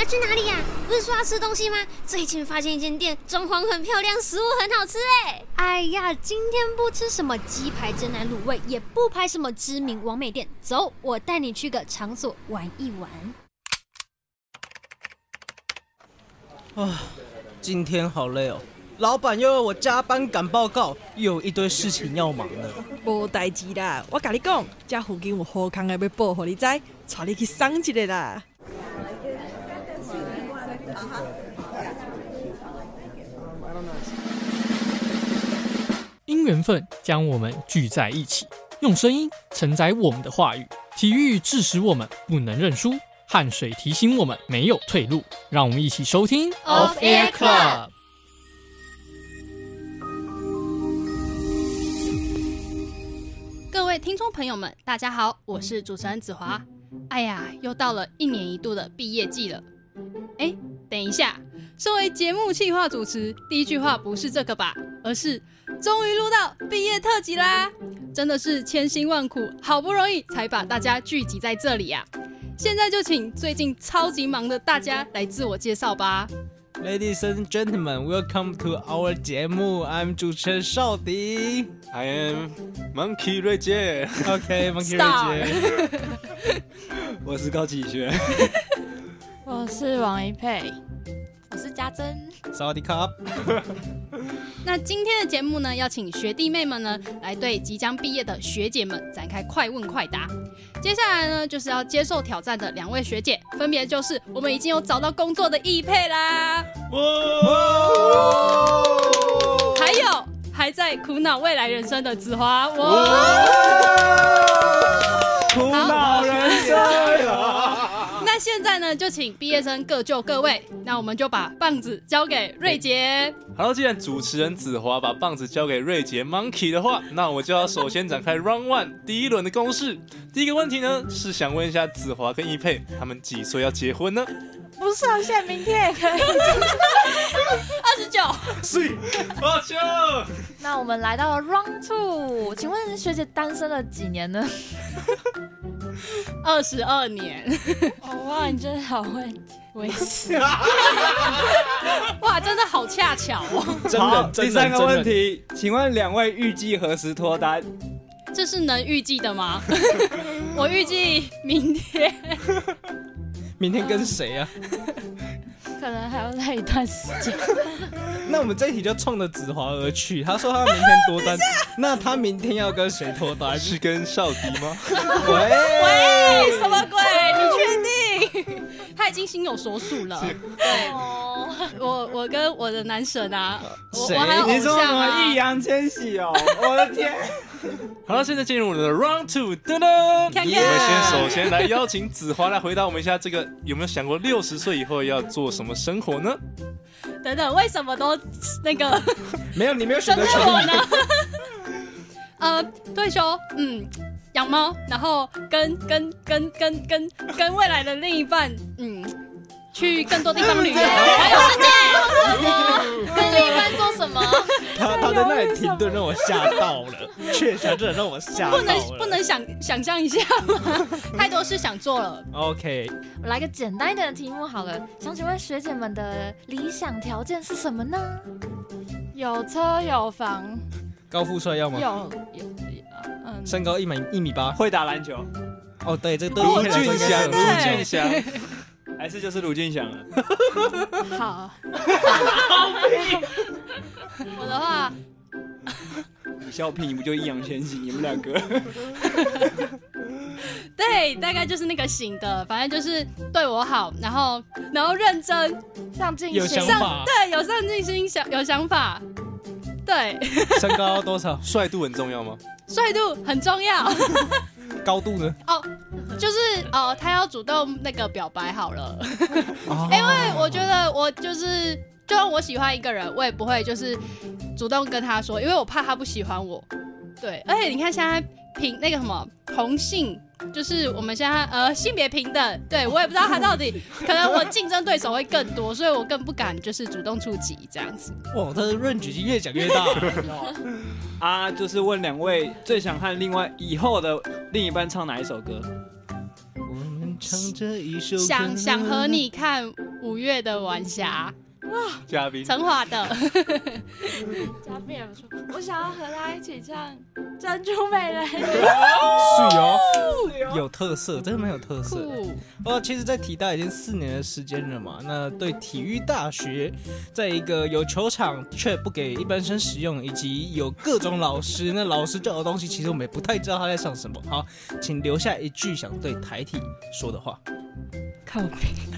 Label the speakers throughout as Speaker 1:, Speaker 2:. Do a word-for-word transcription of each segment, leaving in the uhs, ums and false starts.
Speaker 1: 要去哪里呀、啊？不是说要吃东西吗？最近发现一间店，装潢很漂亮，食物很好吃哎。哎呀，今天不吃什么鸡排、珍奶、卤味，也不拍什么知名网美店，走，我带你去个场所玩一玩。
Speaker 2: 啊，今天好累哦。老板又要我加班赶报告，又有一堆事情要忙呢。
Speaker 3: 无代志啦，我跟你讲，这附近有好康的要报给你知，带你去赏一个啦。
Speaker 4: 因缘分将我们聚在一起，用声音承载我们的话语。体育致使我们不能认输，汗水提醒我们没有退路。让我们一起收听
Speaker 1: Off Air Club。
Speaker 5: 各位听众朋友们，大家好，我是主持人子华。哎呀，又到了一年一度的毕业季了。哎，等一下，身为节目企划主持，第一句话不是这个吧，而是终于录到毕业特辑啦！真的是千辛万苦，好不容易才把大家聚集在这里啊！现在就请最近超级忙的大家来自我介绍吧。
Speaker 2: Ladies and gentlemen, welcome to our 节目。I'm 主持人邵迪。
Speaker 6: I am Monkey 瑞杰。
Speaker 2: OK, Monkey 瑞杰。
Speaker 6: 我是高启轩。
Speaker 7: 我是王一佩。我是家珍。
Speaker 2: 萨瓦迪卡。
Speaker 5: 那今天的节目呢，要请学弟妹们呢来对即将毕业的学姐们展开快问快答。接下来呢，就是要接受挑战的两位学姐，分别就是我们已经有找到工作的易佩啦，还有还在苦恼未来人生的子华，
Speaker 6: 苦恼人生。
Speaker 5: 那现在呢，就请毕业生各就各位，那我们就把棒子交给瑞杰。
Speaker 6: 好，既然主持人子华把棒子交给瑞杰 Monkey 的话，那我就要首先展开 Round One 第一轮的公式。第一个问题呢，是想问一下子华跟一佩，他们几岁要结婚呢？
Speaker 7: 不是啊，现在明天也可以。
Speaker 5: 二十九。
Speaker 6: 是，二九。
Speaker 7: 那我们来到了 Round Two， 请问学姐单身了几年呢？
Speaker 5: 二十二年。
Speaker 7: 哦哇，你真的好会维持。
Speaker 5: 哇，真的好恰巧哦。
Speaker 2: 真的，
Speaker 8: 第三个问题，请问两位预计何时脱单？
Speaker 5: 这是能预计的吗？我预计明天。
Speaker 2: 明天跟谁啊？
Speaker 7: 可能还要再一段时间。
Speaker 2: 那我们这一题就冲着子华而去。他说他明天脱单，那他明天要跟谁脱单？
Speaker 6: 是跟少迪吗？
Speaker 2: 喂
Speaker 5: 喂，什么鬼？你确定？他已经心有所属了。对，我我跟我的男神啊，我我还有偶像啊。
Speaker 8: 你说我易烊千玺哦，我的天！
Speaker 6: 好了，现在进入我们的 Round Two， 噔噔，
Speaker 5: 看看
Speaker 6: 我们先首先来邀请子华来回答我们一下，这个有没有想过六十岁以后要做什么生活呢？
Speaker 5: 等等，为什么都那个
Speaker 2: 没有，你没有选择权利
Speaker 5: 呢？呃，退休，嗯，养猫，然后跟跟跟跟跟跟未来的另一半，嗯，去更多地方旅游，环游世界。
Speaker 7: 跟另一半做什么？
Speaker 2: 他他在那里停顿，让我吓到了。确实，真的让我吓到了。
Speaker 5: 不能不能想想象一下吗？太多事想做了。
Speaker 2: OK，
Speaker 7: 我来个简单一点的题目好了，想请问学姐们的理想条件是什么呢？
Speaker 9: 有车有房，
Speaker 2: 高富帅要吗？
Speaker 9: 有有嗯，
Speaker 2: 身高一米一米八，
Speaker 8: 会打篮球。
Speaker 2: 哦，对，这个对
Speaker 6: 卢
Speaker 2: 一佩来说
Speaker 6: 俊祥，
Speaker 2: 应该是
Speaker 6: 卢俊祥，
Speaker 8: 还是就是卢俊祥了。
Speaker 9: 好。
Speaker 5: 我的话，
Speaker 8: 你笑屁，你不就易烊千玺？你们两个。
Speaker 5: 对，大概就是那个型的，反正就是对我好，然后然后认真、
Speaker 9: 上进心，
Speaker 2: 有想法，
Speaker 5: 对，有上进心，想有想法，对。
Speaker 2: 身高多少？
Speaker 6: 帅度很重要吗？
Speaker 5: 帅度很重要。
Speaker 2: 高度呢？
Speaker 5: 哦，就是哦，他要主动那个表白好了。
Speaker 2: 哦、
Speaker 5: 因为我觉得我就是，就算我喜欢一个人，我也不会就是主动跟他说，因为我怕他不喜欢我。对，而且你看现在平那个什么同性，就是我们现在呃性别平等，对我也不知道他到底，可能我竞争对手会更多，所以我更不敢就是主动出击这样子。
Speaker 2: 哇，他的润举越讲越大。
Speaker 8: 啊，就是问两位最想和另外以后的另一半唱哪一首歌？
Speaker 2: 我们唱这一首歌，
Speaker 5: 想想和你看五月的晚霞，
Speaker 9: 哇，
Speaker 6: 嘉宾
Speaker 5: 陈华的
Speaker 9: 嘉宾也不错，我想要和他一起唱《珍珠美人鱼》。
Speaker 2: 是哦，有特色，真的蛮有特色的。哦，其实，在体大已经四年的时间了嘛，那对体育大学，在一个有球场却不给一般生使用，以及有各种老师，那老师教的东西，其实我们也不太知道他在上什么。好，请留下一句想对台体说的话。
Speaker 9: 靠北。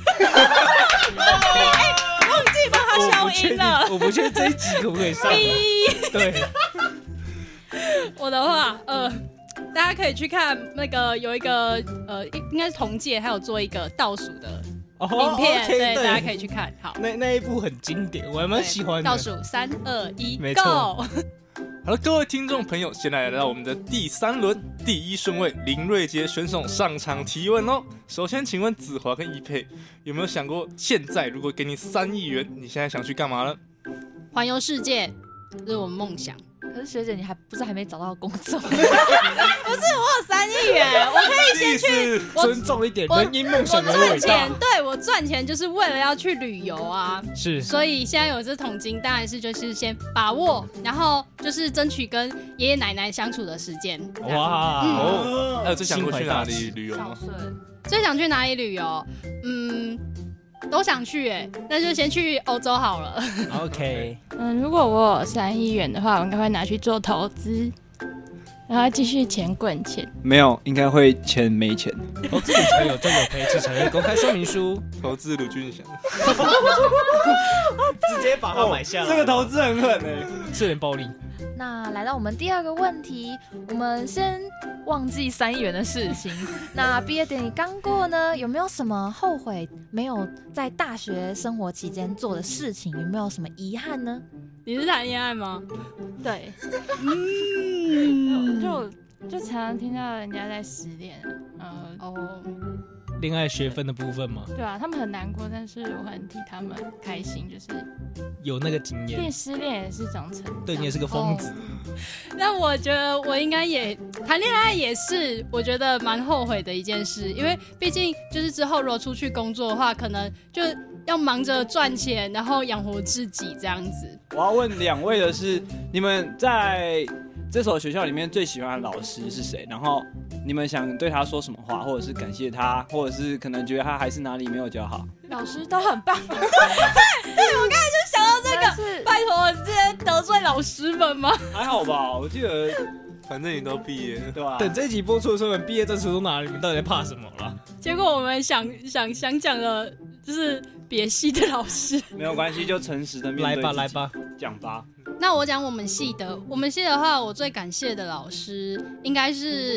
Speaker 5: 哎，忘记帮他消音了。
Speaker 2: 我不确定这一集可不可以上。对。
Speaker 5: 我的话，呃。大家可以去看那个有一个呃，应该是同届，还有做一个倒数的影片，
Speaker 2: oh, okay,
Speaker 5: 对，
Speaker 2: 对，
Speaker 5: 大家可以去看。好，
Speaker 2: 那那一部很经典，我还蛮喜欢的。
Speaker 5: 倒数三二一
Speaker 2: ，Go！
Speaker 6: 好了，各位听众朋友，现在来到我们的第三轮，第一顺位林瑞杰选手上场提问哦。首先，请问子华跟一佩有没有想过，现在如果给你三亿元，你现在想去干嘛呢？
Speaker 5: 环游世界，这是我们梦想。
Speaker 7: 可是学姐，你还不是还没找到工作？
Speaker 5: 不是，我有三亿元，我可以先去。
Speaker 2: 尊重一点，人因梦想而伟大。
Speaker 5: 我赚钱，对我赚钱就是为了要去旅游啊。
Speaker 2: 是。
Speaker 5: 所以现在有这桶金，当然是就是先把握，然后就是争取跟爷爷奶奶相处的时间。
Speaker 2: 哇，
Speaker 5: 嗯、
Speaker 6: 哦，还有最想过去哪里旅游吗？
Speaker 5: 最想去哪里旅游？嗯。都想去哎、欸，那就先去欧洲好了。
Speaker 2: OK。
Speaker 9: 嗯，如果我有三亿元的话，我应该会拿去做投资，然后继续钱滚钱。
Speaker 8: 没有，应该会钱没钱。
Speaker 2: 投资理财有赚有赔，此才会公开说明书。
Speaker 6: 投资鲁俊祥，
Speaker 2: 直接把它买下来、
Speaker 8: 哦。这个投资很狠哎、欸，
Speaker 2: 是点暴力。
Speaker 7: 那来到我们第二个问题，我们先忘记三亿元的事情。那毕业典礼刚过呢，有没有什么后悔没有在大学生活期间做的事情？有没有什么遗憾呢？
Speaker 5: 你是谈恋爱吗？
Speaker 9: 对，嗯，就就常常听到人家在失恋，呃，
Speaker 5: 哦，
Speaker 2: 恋爱学分的部分吗？
Speaker 9: 对啊，他们很难过，但是我很替他们开心，就是
Speaker 2: 有那个经验。
Speaker 9: 变失恋也是一种成长。
Speaker 2: 对，你也是个疯子。
Speaker 5: 哦、那我觉得我应该也谈恋爱也是，我觉得蛮后悔的一件事，因为毕竟就是之后如果出去工作的话，可能就要忙着赚钱，然后养活自己这样子。
Speaker 8: 我要问两位的是，你们在这所学校里面最喜欢的老师是谁？然后你们想对他说什么话，或者是感谢他，或者是可能觉得他还是哪里没有教好？
Speaker 9: 老师都很棒。
Speaker 5: 对，对，我刚才就想到这个，拜托，我之前得罪老师们吗？
Speaker 8: 还好吧，我记得，
Speaker 6: 反正你都毕业了，
Speaker 8: 对吧？
Speaker 2: 等这一集播出的时候，你们毕业证书都拿了，你们到底在怕什么啦？
Speaker 5: 结果我们想想想讲的就是别系的老师，
Speaker 8: 没有关系，就诚实的面对。
Speaker 2: 来吧，来吧，
Speaker 8: 讲吧。
Speaker 5: 那我讲我们系的，我们系的话，我最感谢的老师应该是。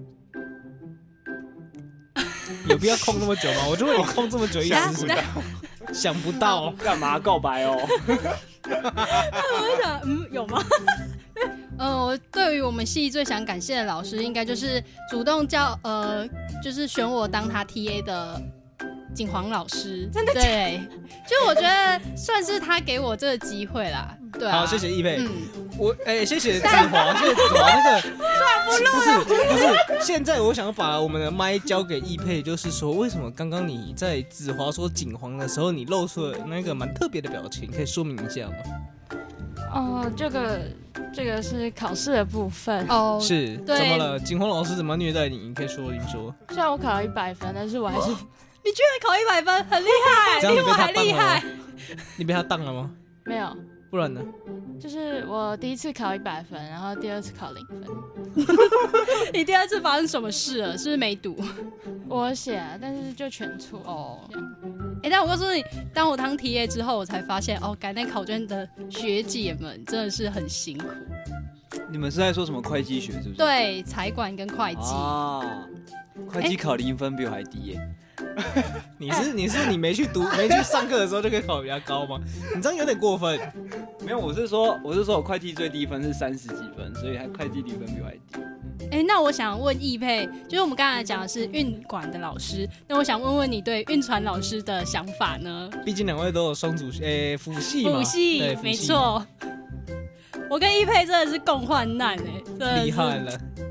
Speaker 2: 有必要空那么久吗？我就问你空这么久，一时想不到
Speaker 8: 干嘛告白哦？
Speaker 5: 我想，嗯，有吗？呃，我对于我们系最想感谢的老师，应该就是主动叫呃，就是选我当他 T A 的景煌老师。
Speaker 9: 真的假的？
Speaker 5: 对，就我觉得算是他给我这个机会啦。对啊，
Speaker 2: 好，谢谢易佩。
Speaker 5: 嗯，
Speaker 2: 我哎、欸，谢谢子华，谢谢子华。那个不是不是不是，现在我想要把我们的麦交给易佩，就是说，为什么刚刚你在子华说景煌的时候，你露出了那个蛮特别的表情，可以说明一下吗？
Speaker 9: 哦，这个这个是考试的部分
Speaker 5: 哦，
Speaker 2: 是怎么了？景煌老师怎么虐待你？你可以说一说。
Speaker 9: 虽然我考了一百分，但是我还是
Speaker 5: 你居然考一百分，很厉害，比我还厉害。
Speaker 2: 你被他当了吗？
Speaker 9: 没有。
Speaker 2: 不然呢？
Speaker 9: 就是我第一次考一百分，然后第二次考零分。
Speaker 5: 你第二次发生什么事了？是不是没读？
Speaker 9: 我写啊，但是就全错
Speaker 5: 哦。哎、欸，但我告诉你，当我当 T A 之后，我才发现哦，改那考卷的学姐们真的是很辛苦。
Speaker 8: 你们是在说什么会计学是不是？
Speaker 5: 对，财管跟会计
Speaker 8: 啊，会计考零分比我还低耶。
Speaker 2: 你是你是你没去读没去上课的时候就可以考比较高吗？你这样有点过分。
Speaker 8: 没有，我是说我是说我会计最低分是三十几分，所以还会计低分比我还低。
Speaker 5: 哎、欸，那我想问易佩，就是我们刚才讲的是运管的老师，那我想问问你对运传老师的想法呢？
Speaker 2: 毕竟两位都有双主诶辅系嘛，
Speaker 5: 辅系没错。我跟易佩真的是共患难哎、欸，
Speaker 2: 厉害了。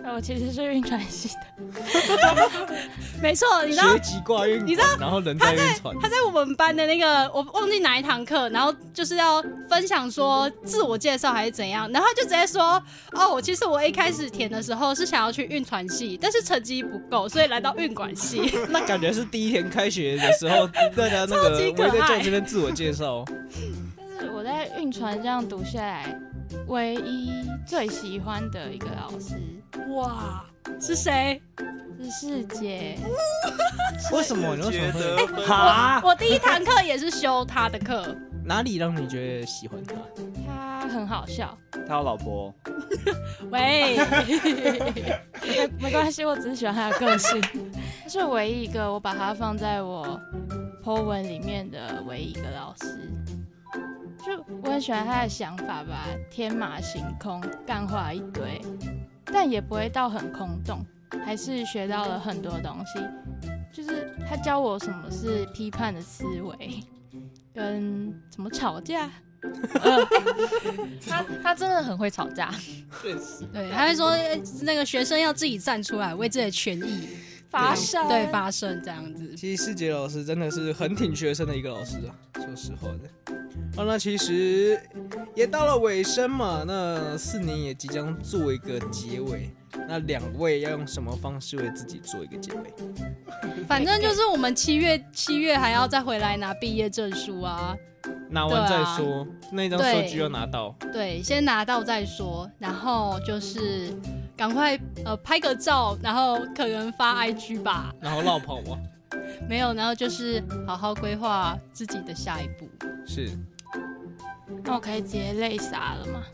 Speaker 9: 我其实是晕船系的。
Speaker 5: 没错，你知道
Speaker 2: 学籍挂运，
Speaker 5: 你知道
Speaker 2: 然后人在晕船。
Speaker 5: 他在我们班的那个，我忘记哪一堂课，然后就是要分享说自我介绍还是怎样，然后他就直接说，哦，我其实我一开始填的时候是想要去运传系，但是成绩不够，所以来到运管系。
Speaker 2: 那感觉是第一天开学的时候，大家那个我在叫这边自我介绍。
Speaker 9: 但是我在运传这样读下来，唯一最喜欢的一个老师，
Speaker 5: 哇，是谁？
Speaker 9: 是世杰。
Speaker 2: 为什么？你为什么会？
Speaker 5: 哈、欸，我第一堂课也是修他的课。
Speaker 2: 哪里让你觉得喜欢他？
Speaker 9: 他很好笑。
Speaker 8: 他有老婆。
Speaker 5: 喂，
Speaker 9: 没没关系，我只是喜欢他的个性。他是唯一一个我把他放在我 po 文里面的唯一一个老师。就我很喜欢他的想法吧，天马行空，干话一堆，但也不会到很空洞，还是学到了很多东西。就是他教我什么是批判的思维，跟怎么吵架。
Speaker 7: 呃、他他真的很会吵架，
Speaker 2: 确实。
Speaker 5: 对，他会说那个学生要自己站出来，为自己的权益
Speaker 7: 发声，
Speaker 5: 对，发声这样子。
Speaker 2: 其实世杰老师真的是很挺学生的一个老师啊，说实话的。好，那其实也到了尾声嘛，那四年也即将做一个结尾。那两位要用什么方式为自己做一个结尾？
Speaker 5: 反正就是我们七月七月还要再回来拿毕业证书啊，
Speaker 2: 拿完再说，啊、那张收据要拿到。
Speaker 5: 对，先拿到再说，然后就是赶快呃拍个照，然后可能发 I G 吧，
Speaker 2: 然后落跑吗？
Speaker 5: 没有，然后就是好好规划自己的下一步。
Speaker 2: 是。
Speaker 9: 那我可以直接泪洒了吗？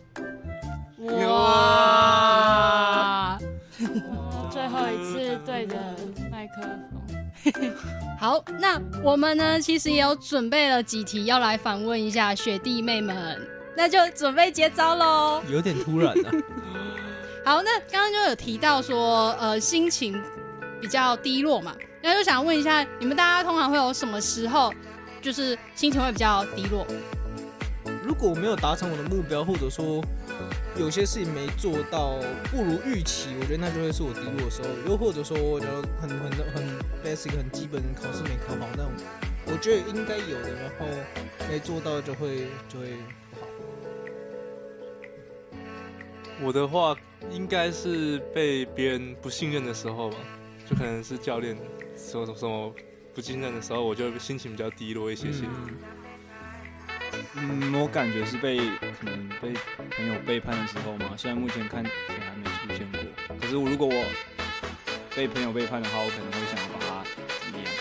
Speaker 5: 哇！
Speaker 9: 最后一次对着麦克风。
Speaker 5: 好，那我们呢，其实也有准备了几题要来访问一下学弟妹们，那就准备接招喽。
Speaker 2: 有点突然啊。
Speaker 5: 好，那刚刚就有提到说，呃，心情比较低落嘛，那就想问一下，你们大家通常会有什么时候，就是心情会比较低落？
Speaker 2: 如果我没有达成我的目标，或者说有些事情没做到不如预期，我觉得那就会是我低落的时候。又或者说，我觉得很很很 basic 很基本考试没考好那种，我觉得应该有的，然后没做到就会就会不好。
Speaker 6: 我的话应该是被别人不信任的时候吧，就可能是教练说什么什么不信任的时候，我就心情比较低落一些些。嗯
Speaker 8: 嗯，我感觉是被可能被朋友背叛的时候嘛，虽然目前看起来还没出现过，可是如果我被朋友背叛的话，我可能会想要把他怎么样。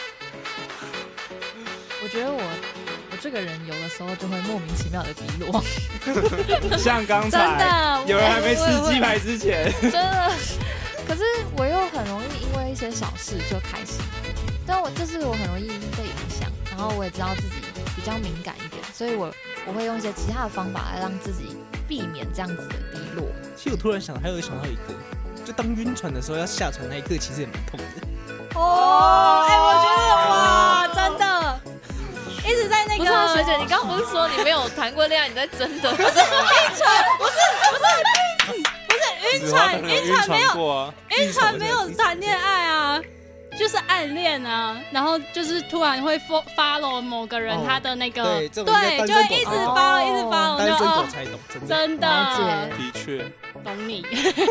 Speaker 7: 我觉得我我这个人有的时候就会莫名其妙的低落，
Speaker 8: 像刚才有人还没吃鸡排之前，
Speaker 7: 真的。可是我又很容易因为一些小事就开心，但我就是我很容易被影响，然后我也知道自己比较敏感一点，所以我我会用一些其他的方法来让自己避免这样子的低落。
Speaker 2: 其实我突然想，还有想到一个，就当晕船的时候要下船那一刻，其实也蛮痛的。
Speaker 5: 哦，哎、欸，我觉得哇，真的，一直在那个。
Speaker 7: 不是啊，学姐，你刚刚不是说你没有谈过恋爱，你在真的？不是晕
Speaker 5: 船，不是不是不是晕船，晕船没有，晕船没有谈恋爱啊。就是暗恋啊，然后就是突然会 follow 某个人他的那个，
Speaker 2: 哦、对，
Speaker 5: 对就会一直 follow、哦、一直 follow，
Speaker 2: 单身狗才懂，真的，
Speaker 5: 真的，
Speaker 6: 的确，
Speaker 5: 懂你。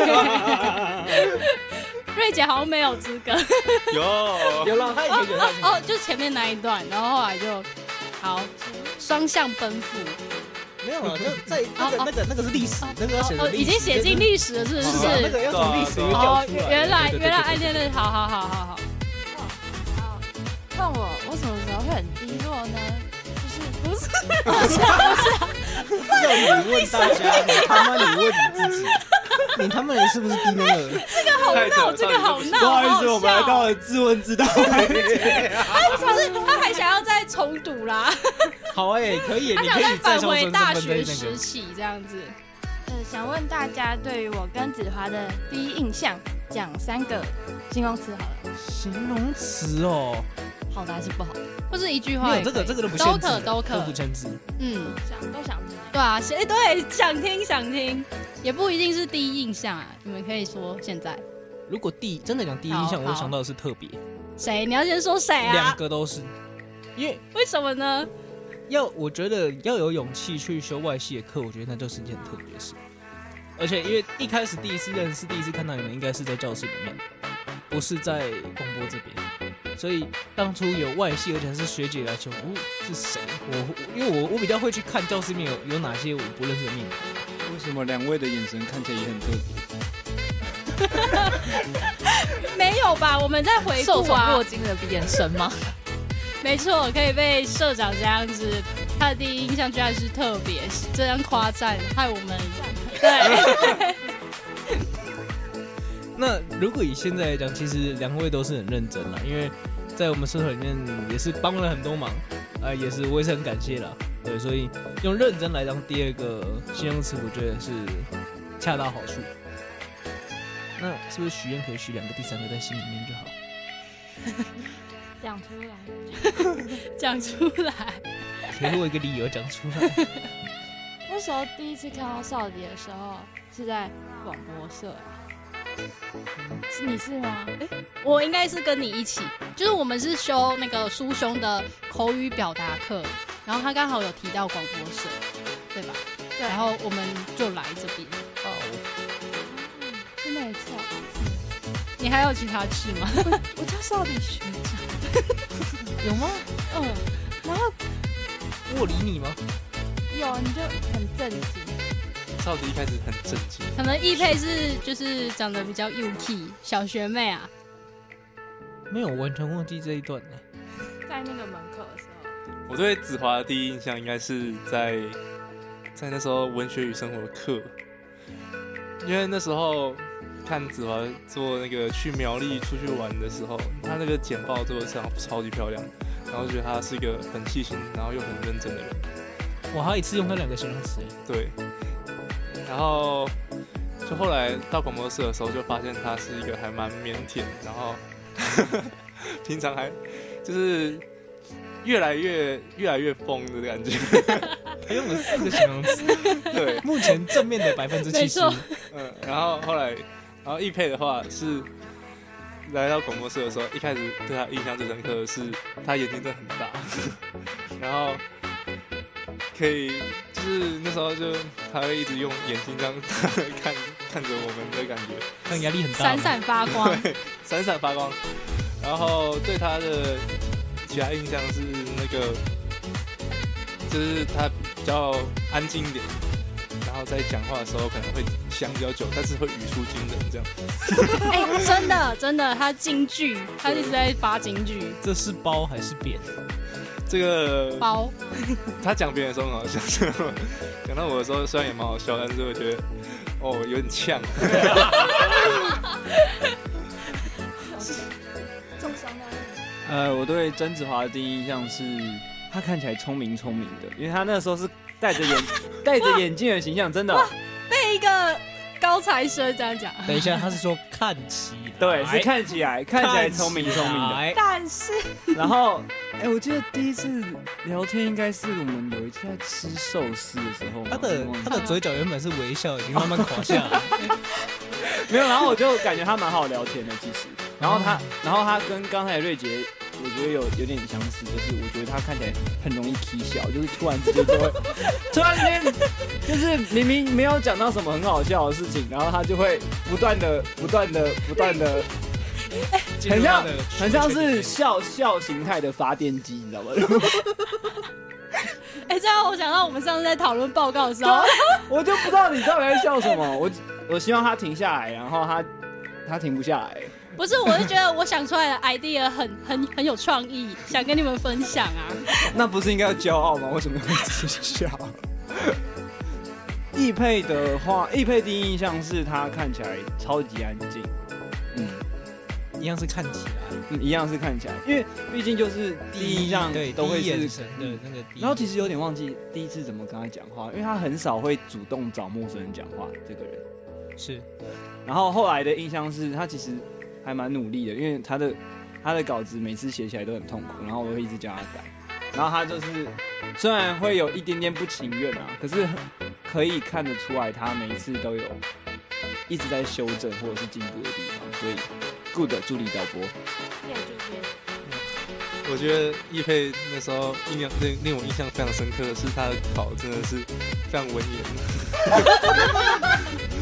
Speaker 5: 瑞姐好像没有资格，
Speaker 6: 有
Speaker 2: 有了，他以前有
Speaker 5: 哦哦，就前面那一段，然后后来就好双向奔赴。
Speaker 2: 没有啊，就在那个、哦、那个那个是历史，哦、那个要写
Speaker 5: 哦，已经写进历史了，是不是？是
Speaker 2: 那个要从历史里面调出来。
Speaker 5: 哦，原来原来暗恋的，好好好好好。
Speaker 9: 问我我什么时候会很低落呢？就是
Speaker 5: 不是
Speaker 2: 不是要你问大家，你他妈你问你自己，你他妈你是不是低那个？
Speaker 5: 这个好闹，这个好闹。
Speaker 8: 不好意思，我们来到了自问自答。
Speaker 5: 他不是，他还想要再重读啦。
Speaker 2: 好哎、欸，可以，
Speaker 5: 他想再返回大学
Speaker 2: 时
Speaker 5: 时期这样子。
Speaker 9: 呃，想问大家对于我跟子华的第一印象，讲三个形容词好了。
Speaker 2: 形容词哦。
Speaker 7: 好的还是不好的，
Speaker 5: 或是一句话？
Speaker 2: 没有这个，这个都不限制，
Speaker 5: 都可都可
Speaker 2: 都不限制。
Speaker 5: 嗯，
Speaker 9: 想都想听。
Speaker 5: 对啊，哎、欸，对，想听想听。 也不一定是第一印象啊，你们可以说现在。
Speaker 2: 如果第真的讲第一印象，我想到的是特别。
Speaker 5: 谁？你要先说谁啊？
Speaker 2: 两个都是，因为
Speaker 5: 为什么呢？
Speaker 2: 要我觉得要有勇气去修外系的课，我觉得那就是一件特别的事。而且因为一开始第一次认识、第一次看到你们，应该是在教室里面，不是在广播这边。所以当初有外系，而且是学姐来求，哦，是谁？我因为我我比较会去看教室里面有有哪些我不认识的面孔。
Speaker 8: 为什么两位的眼神看起来也很特
Speaker 5: 别？没有吧？我们在回顾啊，
Speaker 7: 受宠若惊的眼神吗？
Speaker 5: 没错，可以被社长这样子，他的第一印象居然是特别，这样夸赞，害我们对。
Speaker 2: 那如果以现在来讲，其实两位都是很认真啦，因为在我们社团里面也是帮了很多忙，啊、呃，也是我也是很感谢啦。对，所以用认真来当第二个形容词，我觉得是恰到好处。那是不是许愿可以许两个、第三个在心里面就好？
Speaker 9: 讲出来，
Speaker 5: 讲出来，
Speaker 2: 给我一个理由讲出来。
Speaker 9: 那时候第一次看到少迪的时候是在广播社，是你是吗？
Speaker 5: 欸、我应该是跟你一起，就是我们是修那个苏兄的口语表达课，然后他刚好有提到广播社，对吧？对。然后我们就来这边。哦。
Speaker 9: 嗯，是那一次啊。
Speaker 5: 你还有其他事吗？
Speaker 9: 我叫少迪学长。
Speaker 2: 有吗？
Speaker 9: 嗯。然后
Speaker 2: 我理你吗？
Speaker 9: 有，你就很震惊。
Speaker 6: 少迪一开始很震惊，
Speaker 5: 可能易佩是就是长得比较幼气小学妹啊。
Speaker 2: 没有，完全忘记这一段呢。
Speaker 9: 在那个门课的时候，
Speaker 6: 我对子华的第一印象应该是在在那时候文学与生活的课，因为那时候看子华做那个去苗栗出去玩的时候，他那个简报做的超超级漂亮，然后觉得他是一个很细心，然后又很认真的人。
Speaker 2: 我还一次用到两个形容词。
Speaker 6: 对。然后就后来到广播社的时候，就发现他是一个还蛮腼腆，然后呵呵平常还就是越来越越来越疯的感觉。
Speaker 2: 他用了四个形容词，
Speaker 6: 对，
Speaker 2: 目前正面的百分之七十。
Speaker 6: 嗯，然后后来，然后易佩的话是来到广播社的时候，一开始对他印象最深刻的是他眼睛真的很大，然后可以。就是那时候就他会一直用眼睛这样看看着我们的感觉，
Speaker 2: 那压力很大，
Speaker 5: 闪闪发光，
Speaker 6: 对，闪闪发光。然后对他的其他印象是那个，就是他比较安静一点，然后在讲话的时候可能会想比较久，但是会语出惊人这样。
Speaker 5: 哎、欸，真的真的，他金句，他一直在发金句。
Speaker 2: 这是包还是扁？
Speaker 6: 这个
Speaker 5: 包，
Speaker 6: 他讲别人的时候很好笑，讲到我的时候虽然也蛮好笑，但是我觉得哦有点呛。
Speaker 9: 重伤到
Speaker 8: 呃，我对曾子华的第一印象是，他看起来聪明聪明的，因为他那时候是戴着眼戴着眼镜的形象，真的
Speaker 5: 被一个高材生这样讲。
Speaker 2: 等一下，他是说看起来，
Speaker 8: 对，是看起来看起来聪明聪明的，
Speaker 9: 但是，
Speaker 8: 然后。哎、欸，我记得第一次聊天应该是我们有一次在吃寿司的时候，
Speaker 2: 他的他的嘴角原本是微笑，已经慢慢垮下来。
Speaker 8: 没有，然后我就感觉他蛮好聊天的，其实。然后他，然后他跟刚才瑞杰，我觉得有有点相似，就是我觉得他看起来很容易起笑，就是突然之间就会，突然间就是明明没有讲到什么很好笑的事情，然后他就会不断的、不断的、不断的。很像，很像是笑笑形态的发电机，你知道吗？
Speaker 5: 哎、欸，这样我想到我们上次在讨论报告的时候，
Speaker 8: 我就不知道你到底在笑什么。我我希望他停下来，然后他他停不下来。
Speaker 5: 不是，我是觉得我想出来的 idea 很很很有创意，想跟你们分享啊。
Speaker 8: 那不是应该要骄傲吗？为什么要一直笑？易佩的话，易佩第一印象是他看起来超级安静，嗯。
Speaker 2: 一样是看起来，
Speaker 8: 嗯，一样是看起来，因为毕竟就是第一印象
Speaker 2: 对
Speaker 8: 都会是
Speaker 2: 眼神的那个。
Speaker 8: 然后其实有点忘记第一次怎么跟他讲话，因为他很少会主动找陌生人讲话，这个人
Speaker 2: 是。
Speaker 8: 然后后来的印象是他其实还蛮努力的，因为他的他的稿子每次写起来都很痛苦，然后我会一直叫他改。然后他就是虽然会有一点点不情愿啊，可是可以看得出来，他每一次都有一直在修正或者是进步的地方，所以 good 助理导播。
Speaker 6: 我觉得易佩那时候印象令令我印象非常深刻的是他的考真的是非常文言，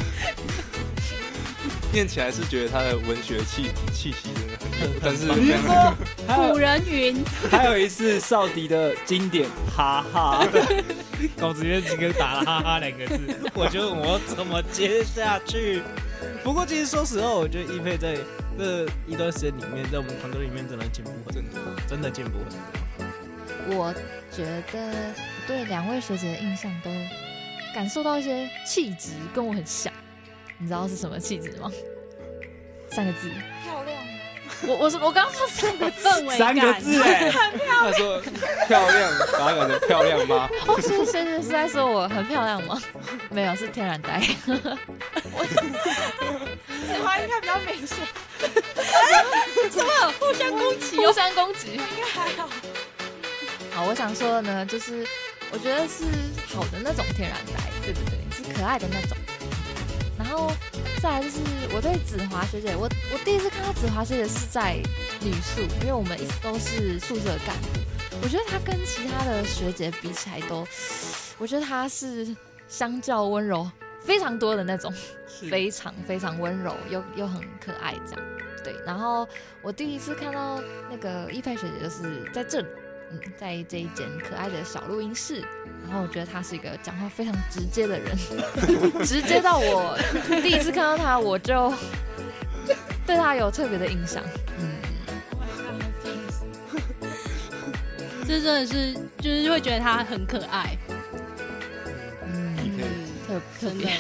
Speaker 6: 念起来是觉得他的文学气气息真的很有，但是
Speaker 8: 你是说
Speaker 5: 古人云，
Speaker 8: 还有一次少迪的经典哈哈，
Speaker 2: 稿子里面只给打了哈哈两个字，我觉得我怎么接下去？不过其实说实话，我觉得易佩在这一段时间里面，在我们团队里面真的进步很多，真的进步很多。
Speaker 7: 我觉得对两位学姐的印象都感受到一些气质跟我很像，你知道是什么气质吗？三个字，
Speaker 9: 漂亮。
Speaker 7: 我我说我刚刚说三个字，
Speaker 5: 氛围
Speaker 8: 三个字哎，
Speaker 7: 很漂亮。
Speaker 6: 他说漂亮，把它改成漂亮吗？
Speaker 7: 哦，是是是是在说我很漂亮吗？没有，是天然呆。我
Speaker 9: 子华应该比较明显。
Speaker 5: 什么互相攻击？
Speaker 7: 互相攻击，
Speaker 9: 应该还好。
Speaker 7: 好，我想说的呢，就是我觉得是好的那种天然呆，对不对？是可爱的那种。然后再来就是我对子华学姐，我我第一次看到子华学姐是在女宿，因为我们一直都是宿舍干部。我觉得她跟其他的学姐比起来都，我觉得她是相较温柔非常多的那种，非常非常温柔又又很可爱这样。对，然后我第一次看到那个易佩学姐就是在这里，嗯，在这一间可爱的小录音室。然后我觉得他是一个讲话非常直接的人，直接到我第一次看到他，我就对他有特别的印象。嗯，
Speaker 5: 这真的是就是会觉得他很可爱。
Speaker 7: 嗯，特特别。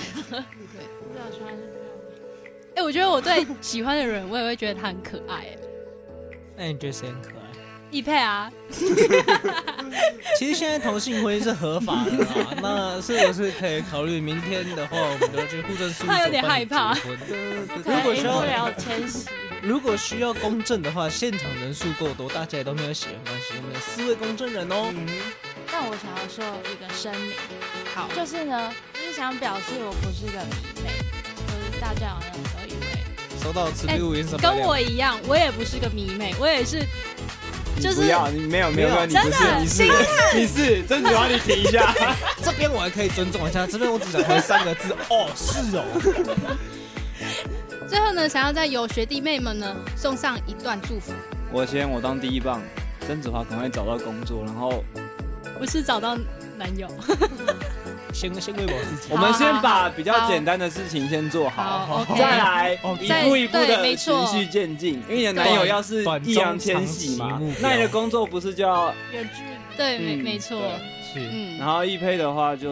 Speaker 5: 哎，我觉得我对喜欢的人，我也会觉得他很可爱。哎，
Speaker 2: 那你觉得谁很可爱？
Speaker 5: 易佩啊，
Speaker 2: 其实现在同性婚姻是合法的啦，那是不是可以考虑明天的话，我们就去户政事务所
Speaker 5: 他有点害怕。
Speaker 2: 如果需要
Speaker 9: 了迁徙，
Speaker 2: 如果需要公证的话，现场人数够多，大家也都没有血缘关系，我们有四位公证人哦。
Speaker 9: 嗯、那我想要说一个声明，
Speaker 5: 好，
Speaker 9: 就是呢，就是想表示我不是个迷妹，就是大家好像都以为
Speaker 2: 收到此礼物，
Speaker 5: 跟我一样，我也不是个迷妹，我也是。就是
Speaker 8: 不要，你没有没有，你不是，你是你是，曾子华，你停一下。
Speaker 2: 这边我还可以尊重一下，这边我只想回三个字，哦，是哦。
Speaker 5: 最后呢，想要在有学弟妹们呢送上一段祝福。
Speaker 8: 我先，我当第一棒，曾子华赶快找到工作，然后
Speaker 5: 不是找到男友。
Speaker 2: 先先喂饱自己。
Speaker 8: 我们先把比较简单的事情先做好，
Speaker 5: 好好
Speaker 8: 再来一步一步的循序渐进。因为你的男友要是易烊千玺嘛，那你的工作不是就要
Speaker 9: 远距离？
Speaker 5: 对，没没错。
Speaker 2: 是，
Speaker 5: 嗯。
Speaker 8: 然后易佩的话就是，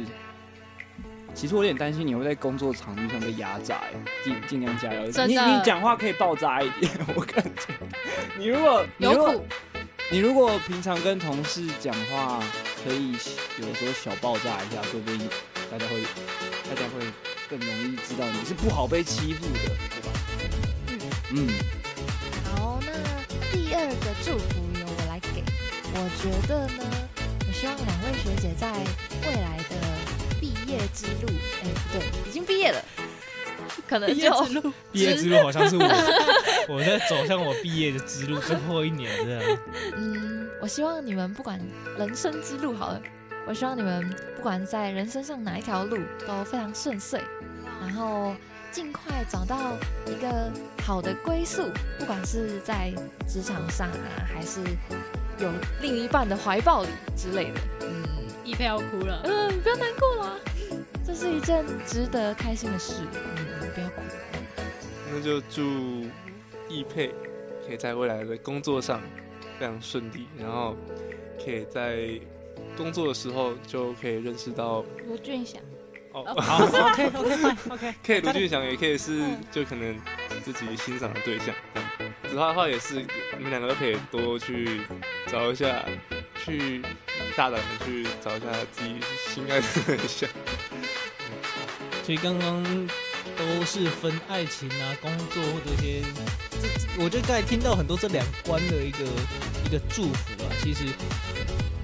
Speaker 8: 其实我有点担心你会在工作场域上被压榨，尽尽量加油。你你讲话可以爆炸一点，我感觉。你如果
Speaker 5: 有苦。
Speaker 8: 你如果平常跟同事讲话，可以有时候小爆炸一下，说不定大家会大家会更容易知道你是不好被欺负的，对吧？嗯嗯。
Speaker 7: 好，那第二个祝福由我来给。我觉得呢，我希望两位学姐在未来的毕业之路，哎，不对，已经毕业了。可能就
Speaker 2: 毕业之路好像是我，我在走向我毕业的之路最后一年这样。
Speaker 7: 嗯，我希望你们不管人生之路好了，我希望你们不管在人生上哪一条路都非常顺遂，然后尽快找到一个好的归宿，不管是在职场上啊，还是有另一半的怀抱里之类的。嗯，
Speaker 5: 易佩要哭了，
Speaker 7: 嗯，不要难过啦，这是一件值得开心的事。嗯。不要哭。
Speaker 6: 那就祝易佩可以在未来的工作上非常顺利，然后可以在工作的时候就可以认识到
Speaker 9: 卢俊祥。
Speaker 6: 哦，
Speaker 2: 好 ，OK OK fine OK，
Speaker 6: 可以卢俊祥，也可以是就可能自己欣赏的对象。子华的话也是，你们两个都可以多去找一下，去大胆的去找一下自己心爱的对象。
Speaker 2: 所以刚刚都是分爱情啊、工作或者一些，这我觉得刚才听到很多这两关的一个一个祝福啊。其实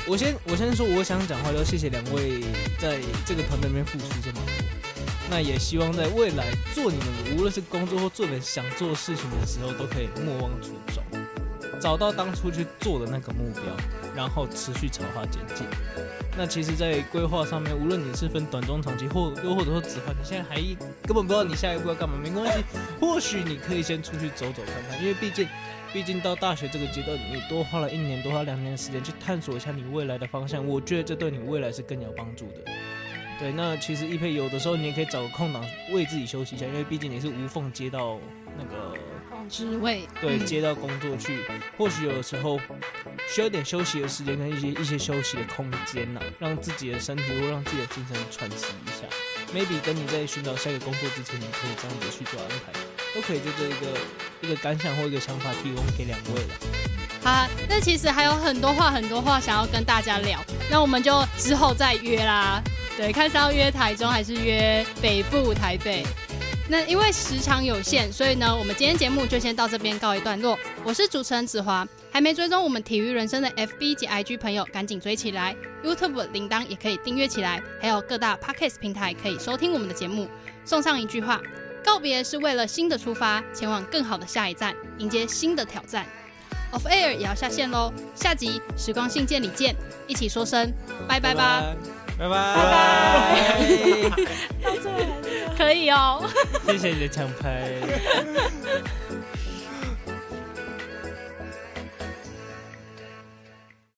Speaker 2: 我先我先说，我想讲话就谢谢两位在这个团队里面付出这么多。那也希望在未来做你们无论是工作或做你们想做的事情的时候，都可以莫忘初衷，找到当初去做的那个目标，然后持续朝它前进。那其实，在规划上面，无论你是分短中长期，或又或者说只换，你现在还根本不知道你下一步要干嘛，没关系，或许你可以先出去走走看看，因为毕竟。毕竟到大学这个阶段，你多花了一年、多花两年的时间去探索一下你未来的方向，我觉得这对你未来是更有帮助的。对，那其实一佩有的时候你也可以找个空档为自己休息一下，因为毕竟你是无缝接到那个
Speaker 5: 职位，
Speaker 2: 对，
Speaker 5: 嗯
Speaker 2: 接到工作去，或许有的时候需要一点休息的时间跟一些一些休息的空间呐、啊，让自己的身体或让自己的精神喘息一下。maybe 等你在寻找下一个工作之前，你可以这样子去做安排，都可以就这一个一个感想或一个想法提供给两位了。
Speaker 5: 好啊，那其实还有很多话很多话想要跟大家聊，那我们就之后再约啦。对，看是要约台中还是约北部台北。那因为时长有限，所以呢，我们今天节目就先到这边告一段落。我是主持人子华，还没追踪我们体育人生的 F B 及 I G 朋友，赶紧追起来 ！YouTube 铃铛也可以订阅起来，还有各大 Podcast 平台可以收听我们的节目。送上一句话：告别是为了新的出发，前往更好的下一站，迎接新的挑战。Off Air 也要下线喽，下集时光信件里见，一起说声拜拜吧，
Speaker 2: 拜拜
Speaker 5: 拜拜，
Speaker 9: 到最后还是
Speaker 5: 可以哦，
Speaker 2: 谢谢你的抢拍。